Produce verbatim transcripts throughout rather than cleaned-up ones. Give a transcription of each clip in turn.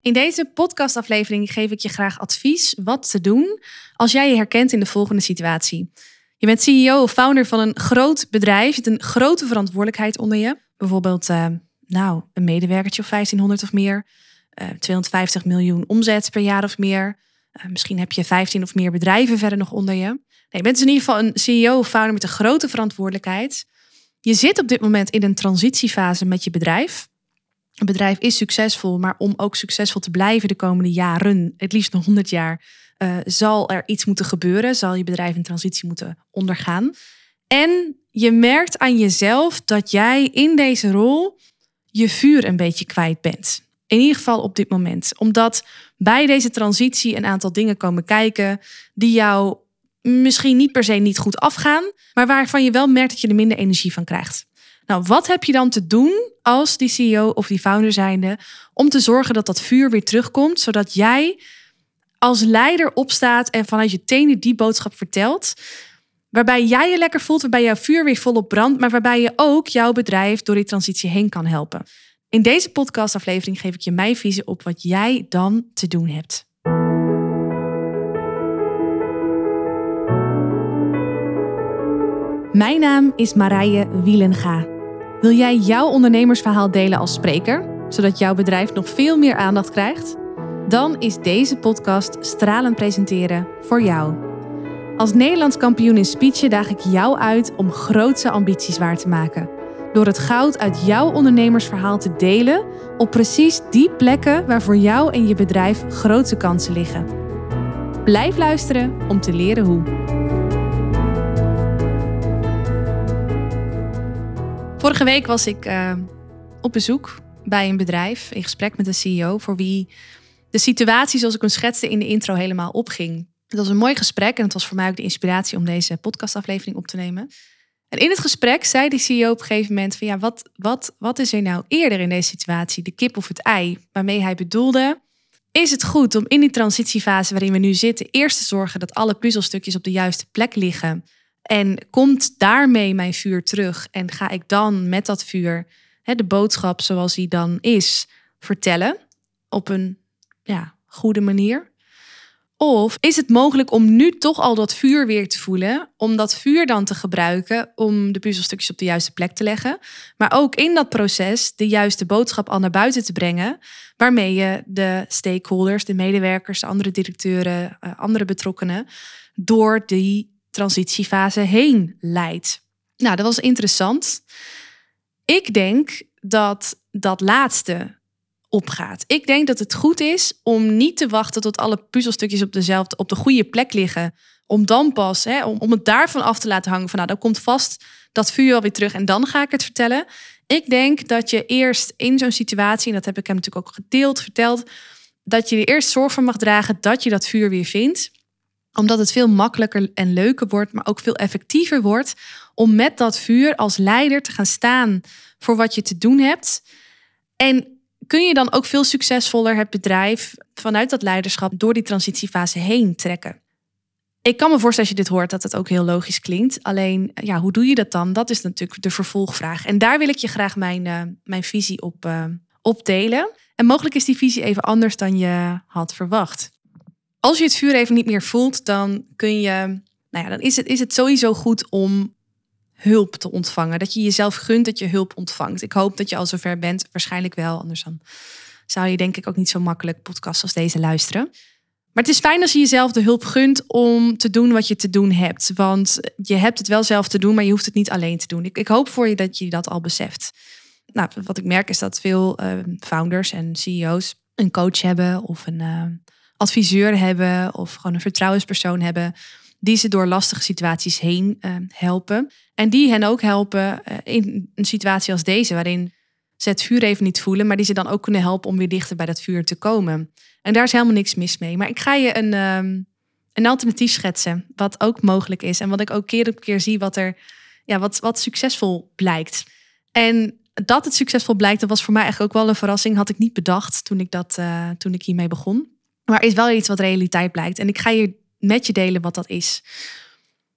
In deze podcastaflevering geef ik je graag advies wat te doen als jij je herkent in de volgende situatie. Je bent C E O of founder van een groot bedrijf, je hebt een grote verantwoordelijkheid onder je. Bijvoorbeeld uh, nou, een medewerkertje of vijftienhonderd of meer, uh, tweehonderdvijftig miljoen omzet per jaar of meer. Uh, misschien heb je vijftien of meer bedrijven verder nog onder je. Nee, je bent dus in ieder geval een C E O of founder met een grote verantwoordelijkheid. Je zit op dit moment in een transitiefase met je bedrijf. Een bedrijf is succesvol, maar om ook succesvol te blijven de komende jaren, het liefst nog honderd jaar, uh, zal er iets moeten gebeuren. Zal je bedrijf een transitie moeten ondergaan. En je merkt aan jezelf dat jij in deze rol je vuur een beetje kwijt bent. In ieder geval op dit moment. Omdat bij deze transitie een aantal dingen komen kijken die jou misschien niet per se niet goed afgaan, maar waarvan je wel merkt dat je er minder energie van krijgt. Nou, wat heb je dan te doen als die C E O of die founder zijnde om te zorgen dat dat vuur weer terugkomt, zodat jij als leider opstaat en vanuit je tenen die boodschap vertelt, waarbij jij je lekker voelt, waarbij jouw vuur weer volop brandt, maar waarbij je ook jouw bedrijf door die transitie heen kan helpen. In deze podcastaflevering geef ik je mijn visie op wat jij dan te doen hebt. Mijn naam is Marije Wielenga. Wil jij jouw ondernemersverhaal delen als spreker, zodat jouw bedrijf nog veel meer aandacht krijgt? Dan is deze podcast Stralend Presenteren voor jou. Als Nederlands kampioen in speechen daag ik jou uit om grootse ambities waar te maken. Door het goud uit jouw ondernemersverhaal te delen op precies die plekken waar voor jou en je bedrijf grote kansen liggen. Blijf luisteren om te leren hoe. Vorige week was ik uh, op bezoek bij een bedrijf, in gesprek met een C E O, voor wie de situatie zoals ik hem schetste in de intro helemaal opging. Het was een mooi gesprek en het was voor mij ook de inspiratie om deze podcastaflevering op te nemen. En in het gesprek zei de C E O op een gegeven moment van ja, wat, wat, wat is er nou eerder in deze situatie, de kip of het ei? Waarmee hij bedoelde, is het goed om in die transitiefase waarin we nu zitten eerst te zorgen dat alle puzzelstukjes op de juiste plek liggen? En komt daarmee mijn vuur terug? En ga ik dan met dat vuur hè, de boodschap zoals die dan is vertellen op een ja, goede manier? Of is het mogelijk om nu toch al dat vuur weer te voelen, om dat vuur dan te gebruiken om de puzzelstukjes op de juiste plek te leggen, maar ook in dat proces de juiste boodschap al naar buiten te brengen, waarmee je de stakeholders, de medewerkers, de andere directeuren, andere betrokkenen door die transitiefase heen leidt. Nou, dat was interessant. Ik denk dat dat laatste opgaat. Ik denk dat het goed is om niet te wachten tot alle puzzelstukjes op dezelfde, op de goede plek liggen. Om dan pas, hè, om, om het daarvan af te laten hangen van nou, dan komt vast dat vuur alweer terug en dan ga ik het vertellen. Ik denk dat je eerst in zo'n situatie, en dat heb ik hem natuurlijk ook gedeeld, verteld, dat je er eerst zorg voor mag dragen dat je dat vuur weer vindt. Omdat het veel makkelijker en leuker wordt, maar ook veel effectiever wordt om met dat vuur als leider te gaan staan voor wat je te doen hebt. En kun je dan ook veel succesvoller het bedrijf vanuit dat leiderschap door die transitiefase heen trekken. Ik kan me voorstellen als je dit hoort dat het ook heel logisch klinkt. Alleen, ja, hoe doe je dat dan? Dat is natuurlijk de vervolgvraag. En daar wil ik je graag mijn, uh, mijn visie op, uh, op delen. En mogelijk is die visie even anders dan je had verwacht. Als je het vuur even niet meer voelt, dan kun je, nou ja, dan is het, is het sowieso goed om hulp te ontvangen. Dat je jezelf gunt dat je hulp ontvangt. Ik hoop dat je al zover bent. Waarschijnlijk wel, anders dan zou je denk ik ook niet zo makkelijk podcasts als deze luisteren. Maar het is fijn als je jezelf de hulp gunt om te doen wat je te doen hebt. Want je hebt het wel zelf te doen, maar je hoeft het niet alleen te doen. Ik, ik hoop voor je dat je dat al beseft. Nou, wat ik merk is dat veel uh, founders en C E O's een coach hebben of een uh, adviseur hebben of gewoon een vertrouwenspersoon hebben die ze door lastige situaties heen uh, helpen. En die hen ook helpen uh, in een situatie als deze, waarin ze het vuur even niet voelen, maar die ze dan ook kunnen helpen om weer dichter bij dat vuur te komen. En daar is helemaal niks mis mee. Maar ik ga je een, um, een alternatief schetsen, wat ook mogelijk is. En wat ik ook keer op keer zie, wat er ja, wat, wat succesvol blijkt. En dat het succesvol blijkt, dat was voor mij eigenlijk ook wel een verrassing. Had ik niet bedacht toen ik, dat, uh, toen ik hiermee begon. Maar is wel iets wat realiteit blijkt. En ik ga hier met je delen wat dat is.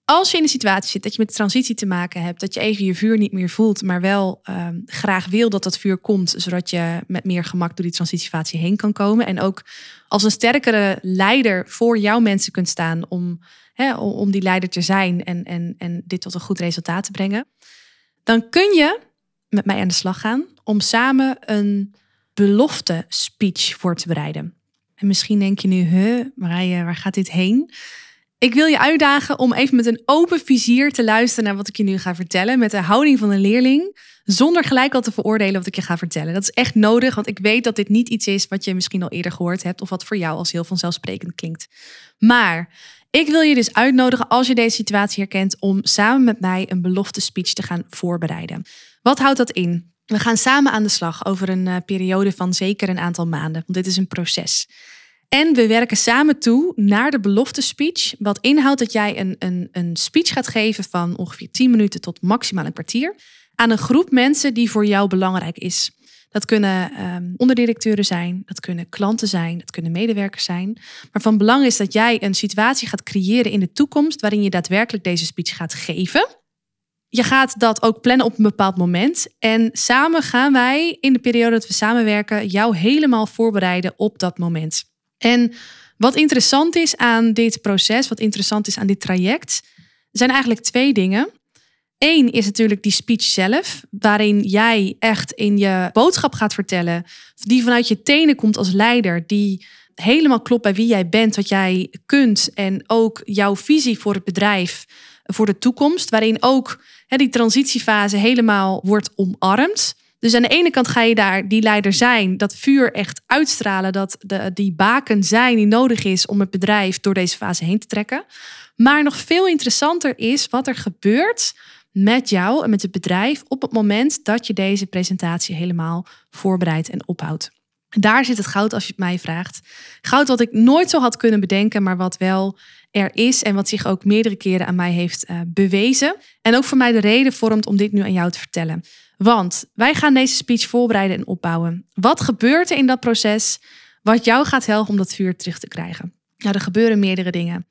als je in de situatie zit dat je met de transitie te maken hebt, dat je even je vuur niet meer voelt, maar wel uh, graag wil dat dat vuur komt, zodat je met meer gemak door die transitiefase heen kan komen. En ook als een sterkere leider voor jouw mensen kunt staan om, hè, om die leider te zijn en, en, en dit tot een goed resultaat te brengen. Dan kun je met mij aan de slag gaan om samen een belofte speech voor te bereiden. En misschien denk je nu, huh, Marije, waar gaat dit heen? Ik wil je uitdagen om even met een open vizier te luisteren naar wat ik je nu ga vertellen. Met de houding van een leerling. Zonder gelijk al te veroordelen wat ik je ga vertellen. Dat is echt nodig, want ik weet dat dit niet iets is wat je misschien al eerder gehoord hebt. Of wat voor jou als heel vanzelfsprekend klinkt. Maar ik wil je dus uitnodigen, als je deze situatie herkent, om samen met mij een belofte speech te gaan voorbereiden. Wat houdt dat in? We gaan samen aan de slag over een uh, periode van zeker een aantal maanden. Want dit is een proces. En we werken samen toe naar de belofte speech. Wat inhoudt dat jij een, een, een speech gaat geven van ongeveer tien minuten tot maximaal een kwartier. Aan een groep mensen die voor jou belangrijk is. Dat kunnen um, onderdirecteuren zijn, dat kunnen klanten zijn, dat kunnen medewerkers zijn. Maar van belang is dat jij een situatie gaat creëren in de toekomst waarin je daadwerkelijk deze speech gaat geven. Je gaat dat ook plannen op een bepaald moment. En samen gaan wij in de periode dat we samenwerken jou helemaal voorbereiden op dat moment. En wat interessant is aan dit proces, wat interessant is aan dit traject, zijn eigenlijk twee dingen. Eén is natuurlijk die speech zelf, waarin jij echt in je boodschap gaat vertellen, die vanuit je tenen komt als leider, die helemaal klopt bij wie jij bent, wat jij kunt en ook jouw visie voor het bedrijf, voor de toekomst, waarin ook hè, die transitiefase helemaal wordt omarmd. Dus aan de ene kant ga je daar die leider zijn, dat vuur echt uitstralen, dat de, die baken zijn die nodig is om het bedrijf door deze fase heen te trekken. Maar nog veel interessanter is wat er gebeurt met jou en met het bedrijf op het moment dat je deze presentatie helemaal voorbereidt en ophoudt. Daar zit het goud als je het mij vraagt. Goud wat ik nooit zo had kunnen bedenken, maar wat wel er is en wat zich ook meerdere keren aan mij heeft uh, bewezen. En ook voor mij de reden vormt om dit nu aan jou te vertellen. Want wij gaan deze speech voorbereiden en opbouwen. Wat gebeurt er in dat proces wat jou gaat helpen om dat vuur terug te krijgen? Nou, er gebeuren meerdere dingen.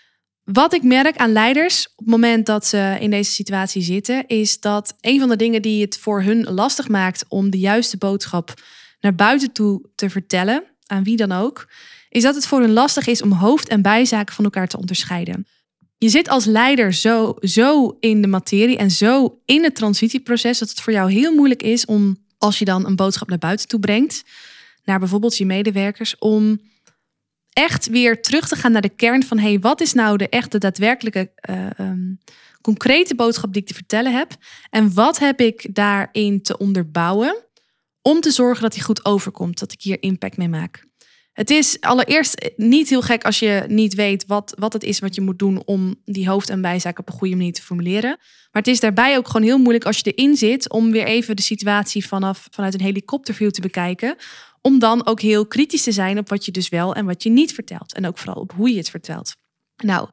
Wat ik merk aan leiders op het moment dat ze in deze situatie zitten, is dat een van de dingen die het voor hun lastig maakt om de juiste boodschap naar buiten toe te vertellen, aan wie dan ook, is dat het voor hun lastig is om hoofd- en bijzaken van elkaar te onderscheiden. Je zit als leider zo, zo in de materie en zo in het transitieproces dat het voor jou heel moeilijk is om, als je dan een boodschap naar buiten toe brengt, naar bijvoorbeeld je medewerkers, om echt weer terug te gaan naar de kern van, hey, wat is nou de echte daadwerkelijke uh, um, concrete boodschap die ik te vertellen heb? En wat heb ik daarin te onderbouwen om te zorgen dat die goed overkomt, dat ik hier impact mee maak? Het is allereerst niet heel gek als je niet weet wat, wat het is wat je moet doen om die hoofd- en bijzaak op een goede manier te formuleren. Maar het is daarbij ook gewoon heel moeilijk als je erin zit om weer even de situatie vanaf, vanuit een helikopterview te bekijken. Om dan ook heel kritisch te zijn op wat je dus wel en wat je niet vertelt. En ook vooral op hoe je het vertelt. Nou,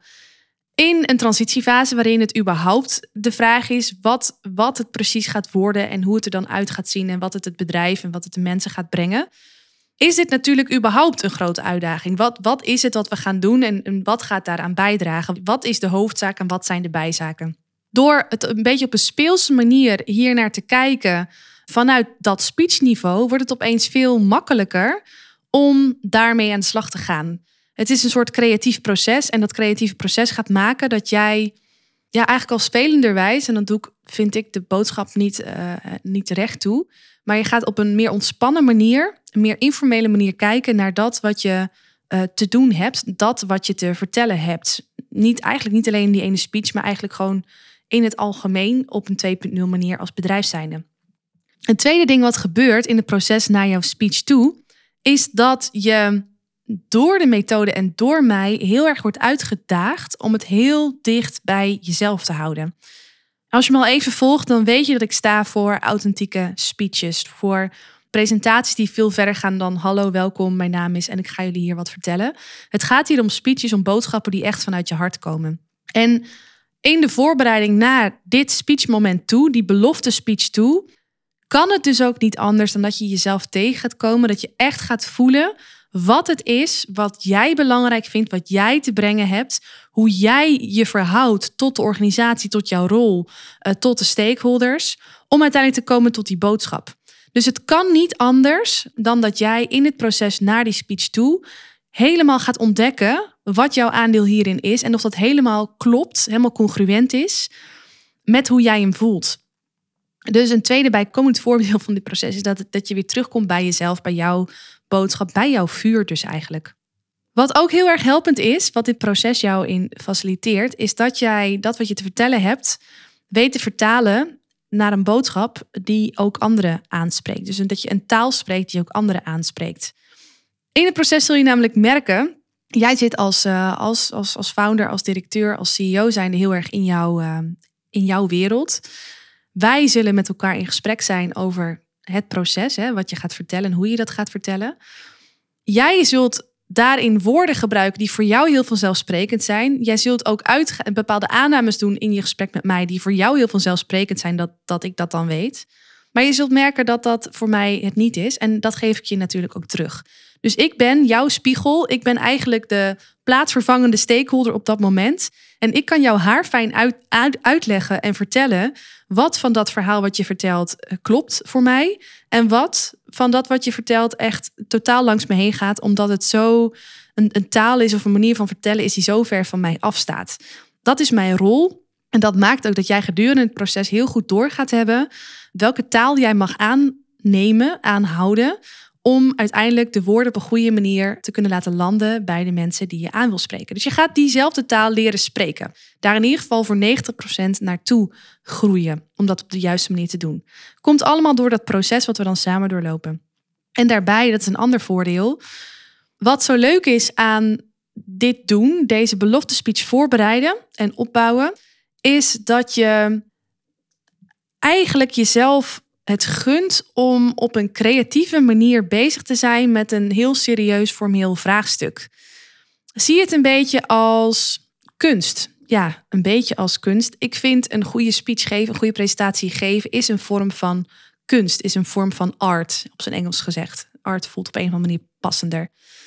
in een transitiefase waarin het überhaupt de vraag is wat, wat het precies gaat worden en hoe het er dan uit gaat zien en wat het het bedrijf en wat het de mensen gaat brengen, is dit natuurlijk überhaupt een grote uitdaging. Wat, wat is het wat we gaan doen en, en wat gaat daaraan bijdragen? Wat is de hoofdzaak en wat zijn de bijzaken? Door het een beetje op een speelse manier hier naar te kijken vanuit dat speechniveau, wordt het opeens veel makkelijker om daarmee aan de slag te gaan. Het is een soort creatief proces en dat creatieve proces gaat maken dat jij ja, eigenlijk al spelenderwijs, en dan doe ik, vind ik de boodschap niet, uh, niet recht toe, maar je gaat op een meer ontspannen manier, een meer informele manier kijken naar dat wat je uh, te doen hebt, dat wat je te vertellen hebt. Niet, eigenlijk niet alleen in die ene speech, maar eigenlijk gewoon in het algemeen op een twee punt nul manier als bedrijf zijnde. Een tweede ding wat gebeurt in het proces naar jouw speech toe, is dat je door de methode en door mij heel erg wordt uitgedaagd om het heel dicht bij jezelf te houden. Als je me al even volgt, dan weet je dat ik sta voor authentieke speeches, voor presentaties die veel verder gaan dan hallo, welkom, mijn naam is en ik ga jullie hier wat vertellen. Het gaat hier om speeches, om boodschappen die echt vanuit je hart komen. En in de voorbereiding naar dit speechmoment toe, die belofte speech toe, kan het dus ook niet anders dan dat je jezelf tegen gaat komen, dat je echt gaat voelen wat het is, wat jij belangrijk vindt, wat jij te brengen hebt, hoe jij je verhoudt tot de organisatie, tot jouw rol, uh, tot de stakeholders, om uiteindelijk te komen tot die boodschap. Dus het kan niet anders dan dat jij in het proces naar die speech toe helemaal gaat ontdekken wat jouw aandeel hierin is en of dat helemaal klopt, helemaal congruent is met hoe jij hem voelt. Dus een tweede bijkomend voordeel van dit proces is dat, het, dat je weer terugkomt bij jezelf, bij jouw boodschap, bij jouw vuur dus eigenlijk. Wat ook heel erg helpend is, wat dit proces jou in faciliteert, is dat jij dat wat je te vertellen hebt, weet te vertalen naar een boodschap die ook anderen aanspreekt. Dus dat je een taal spreekt die ook anderen aanspreekt. In het proces zul je namelijk merken, jij zit als, uh, als, als, als founder, als directeur, als C E O zijnde heel erg in, jou, uh, in jouw wereld. Wij zullen met elkaar in gesprek zijn over het proces, hè, wat je gaat vertellen en hoe je dat gaat vertellen. Jij zult daarin woorden gebruiken die voor jou heel vanzelfsprekend zijn. Jij zult ook uitga- bepaalde aannames doen in je gesprek met mij die voor jou heel vanzelfsprekend zijn, dat, dat ik dat dan weet. Maar je zult merken dat dat voor mij het niet is. En dat geef ik je natuurlijk ook terug. Dus ik ben jouw spiegel. Ik ben eigenlijk de plaatsvervangende stakeholder op dat moment. En ik kan jou haarfijn uit, uit, uitleggen en vertellen wat van dat verhaal wat je vertelt klopt voor mij. En wat van dat wat je vertelt echt totaal langs me heen gaat. Omdat het zo een, een taal is of een manier van vertellen is die zo ver van mij afstaat. Dat is mijn rol. En dat maakt ook dat jij gedurende het proces heel goed door gaat hebben welke taal jij mag aannemen, aanhouden, om uiteindelijk de woorden op een goede manier te kunnen laten landen bij de mensen die je aan wil spreken. Dus je gaat diezelfde taal leren spreken. Daar in ieder geval voor negentig procent naartoe groeien, om dat op de juiste manier te doen. Komt allemaal door dat proces wat we dan samen doorlopen. En daarbij, dat is een ander voordeel, wat zo leuk is aan dit doen, deze belofte speech voorbereiden en opbouwen, is dat je eigenlijk jezelf het gunt om op een creatieve manier bezig te zijn met een heel serieus formeel vraagstuk. Zie het een beetje als kunst. Ja, een beetje als kunst. Ik vind een goede speech geven, een goede presentatie geven, is een vorm van kunst, is een vorm van art, op zijn Engels gezegd. Art voelt op een of andere manier passender.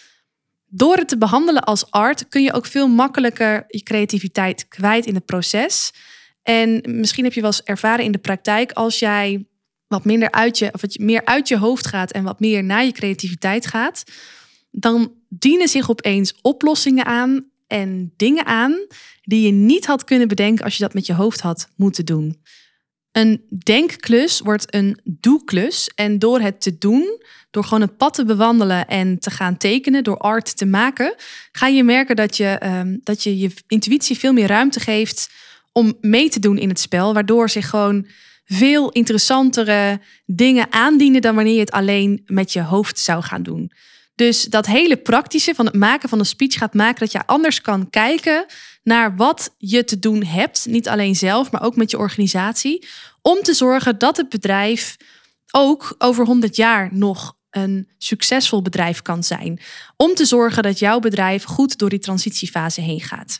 Door het te behandelen als art kun je ook veel makkelijker je creativiteit kwijt in het proces. En misschien heb je wel eens ervaren in de praktijk, als jij wat minder uit je, of wat meer uit je hoofd gaat en wat meer naar je creativiteit gaat, dan dienen zich opeens oplossingen aan en dingen aan die je niet had kunnen bedenken als je dat met je hoofd had moeten doen. Een denkklus wordt een doeklus en door het te doen, door gewoon een pad te bewandelen en te gaan tekenen, door art te maken, ga je merken dat je um, dat je, je intuïtie veel meer ruimte geeft om mee te doen in het spel, waardoor zich gewoon veel interessantere dingen aandienen dan wanneer je het alleen met je hoofd zou gaan doen. Dus dat hele praktische van het maken van een speech gaat maken dat je anders kan kijken naar wat je te doen hebt. Niet alleen zelf, maar ook met je organisatie. Om te zorgen dat het bedrijf ook over honderd jaar nog een succesvol bedrijf kan zijn. Om te zorgen dat jouw bedrijf goed door die transitiefase heen gaat.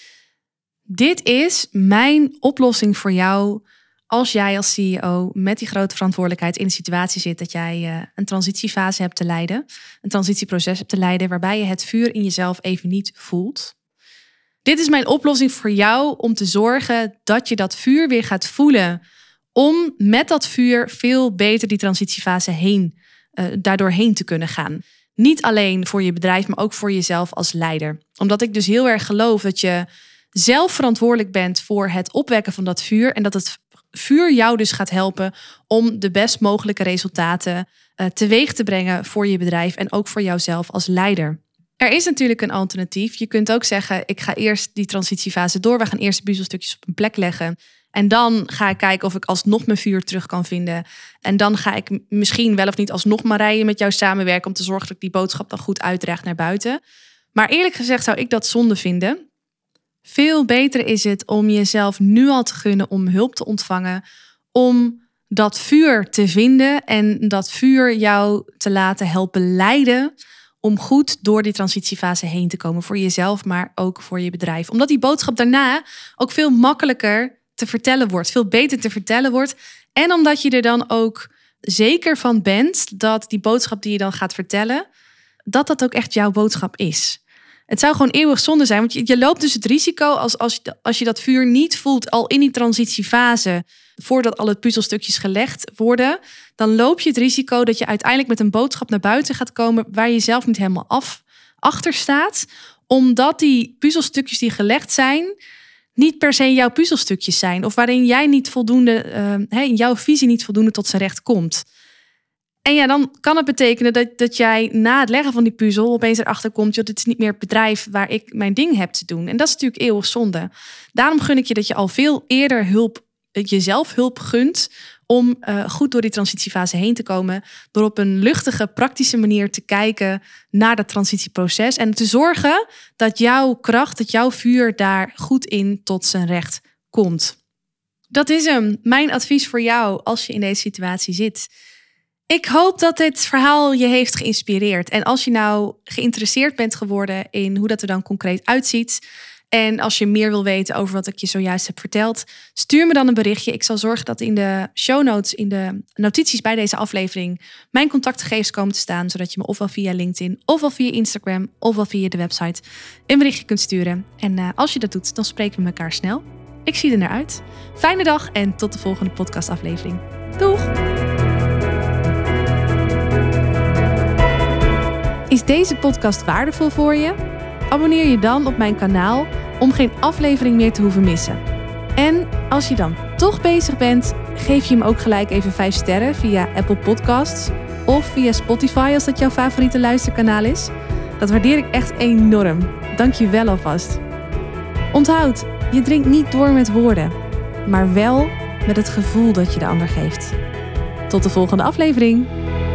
Dit is mijn oplossing voor jou als jij als C E O met die grote verantwoordelijkheid in de situatie zit dat jij uh, een transitiefase hebt te leiden, een transitieproces hebt te leiden waarbij je het vuur in jezelf even niet voelt. Dit is mijn oplossing voor jou om te zorgen dat je dat vuur weer gaat voelen, om met dat vuur veel beter die transitiefase heen, uh, daardoor heen te kunnen gaan. Niet alleen voor je bedrijf, maar ook voor jezelf als leider. Omdat ik dus heel erg geloof dat je zelf verantwoordelijk bent voor het opwekken van dat vuur en dat het vuur jou dus gaat helpen om de best mogelijke resultaten uh, teweeg te brengen voor je bedrijf en ook voor jouzelf als leider. Er is natuurlijk een alternatief. Je kunt ook zeggen, ik ga eerst die transitiefase door. We gaan eerst de puzzelstukjes op een plek leggen. En dan ga ik kijken of ik alsnog mijn vuur terug kan vinden. En dan ga ik misschien wel of niet alsnog Marije met jou samenwerken om te zorgen dat ik die boodschap dan goed uitdraag naar buiten. Maar eerlijk gezegd zou ik dat zonde vinden. Veel beter is het om jezelf nu al te gunnen om hulp te ontvangen, om dat vuur te vinden en dat vuur jou te laten helpen leiden om goed door die transitiefase heen te komen voor jezelf, maar ook voor je bedrijf. Omdat die boodschap daarna ook veel makkelijker te vertellen wordt, veel beter te vertellen wordt. En omdat je er dan ook zeker van bent dat die boodschap die je dan gaat vertellen dat dat ook echt jouw boodschap is. Het zou gewoon eeuwig zonde zijn, want je, je loopt dus het risico als, als, je, als je dat vuur niet voelt al in die transitiefase, voordat alle puzzelstukjes gelegd worden, dan loop je het risico dat je uiteindelijk met een boodschap naar buiten gaat komen waar je zelf niet helemaal af, achter staat, omdat die puzzelstukjes die gelegd zijn niet per se jouw puzzelstukjes zijn of waarin jij niet voldoende, uh, in jouw visie niet voldoende tot zijn recht komt. En ja, dan kan het betekenen dat, dat jij na het leggen van die puzzel opeens erachter komt, joh, dit is niet meer het bedrijf waar ik mijn ding heb te doen. En dat is natuurlijk eeuwig zonde. Daarom gun ik je dat je al veel eerder hulp, jezelf hulp gunt om uh, goed door die transitiefase heen te komen, door op een luchtige, praktische manier te kijken naar dat transitieproces en te zorgen dat jouw kracht, dat jouw vuur daar goed in tot zijn recht komt. Dat is hem. Mijn advies voor jou als je in deze situatie zit. Ik hoop dat dit verhaal je heeft geïnspireerd. En als je nou geïnteresseerd bent geworden in hoe dat er dan concreet uitziet, en als je meer wil weten over wat ik je zojuist heb verteld, stuur me dan een berichtje. Ik zal zorgen dat in de show notes, in de notities bij deze aflevering, mijn contactgegevens komen te staan, zodat je me ofwel via LinkedIn, ofwel via Instagram, ofwel via de website een berichtje kunt sturen. En uh, als je dat doet, dan spreken we elkaar snel. Ik zie er naar uit. Fijne dag en tot de volgende podcastaflevering. Doeg! Is deze podcast waardevol voor je? Abonneer je dan op mijn kanaal om geen aflevering meer te hoeven missen. En als je dan toch bezig bent, geef je hem ook gelijk even vijf sterren via Apple Podcasts of via Spotify als dat jouw favoriete luisterkanaal is. Dat waardeer ik echt enorm. Dank je wel alvast. Onthoud, je drinkt niet door met woorden, maar wel met het gevoel dat je de ander geeft. Tot de volgende aflevering.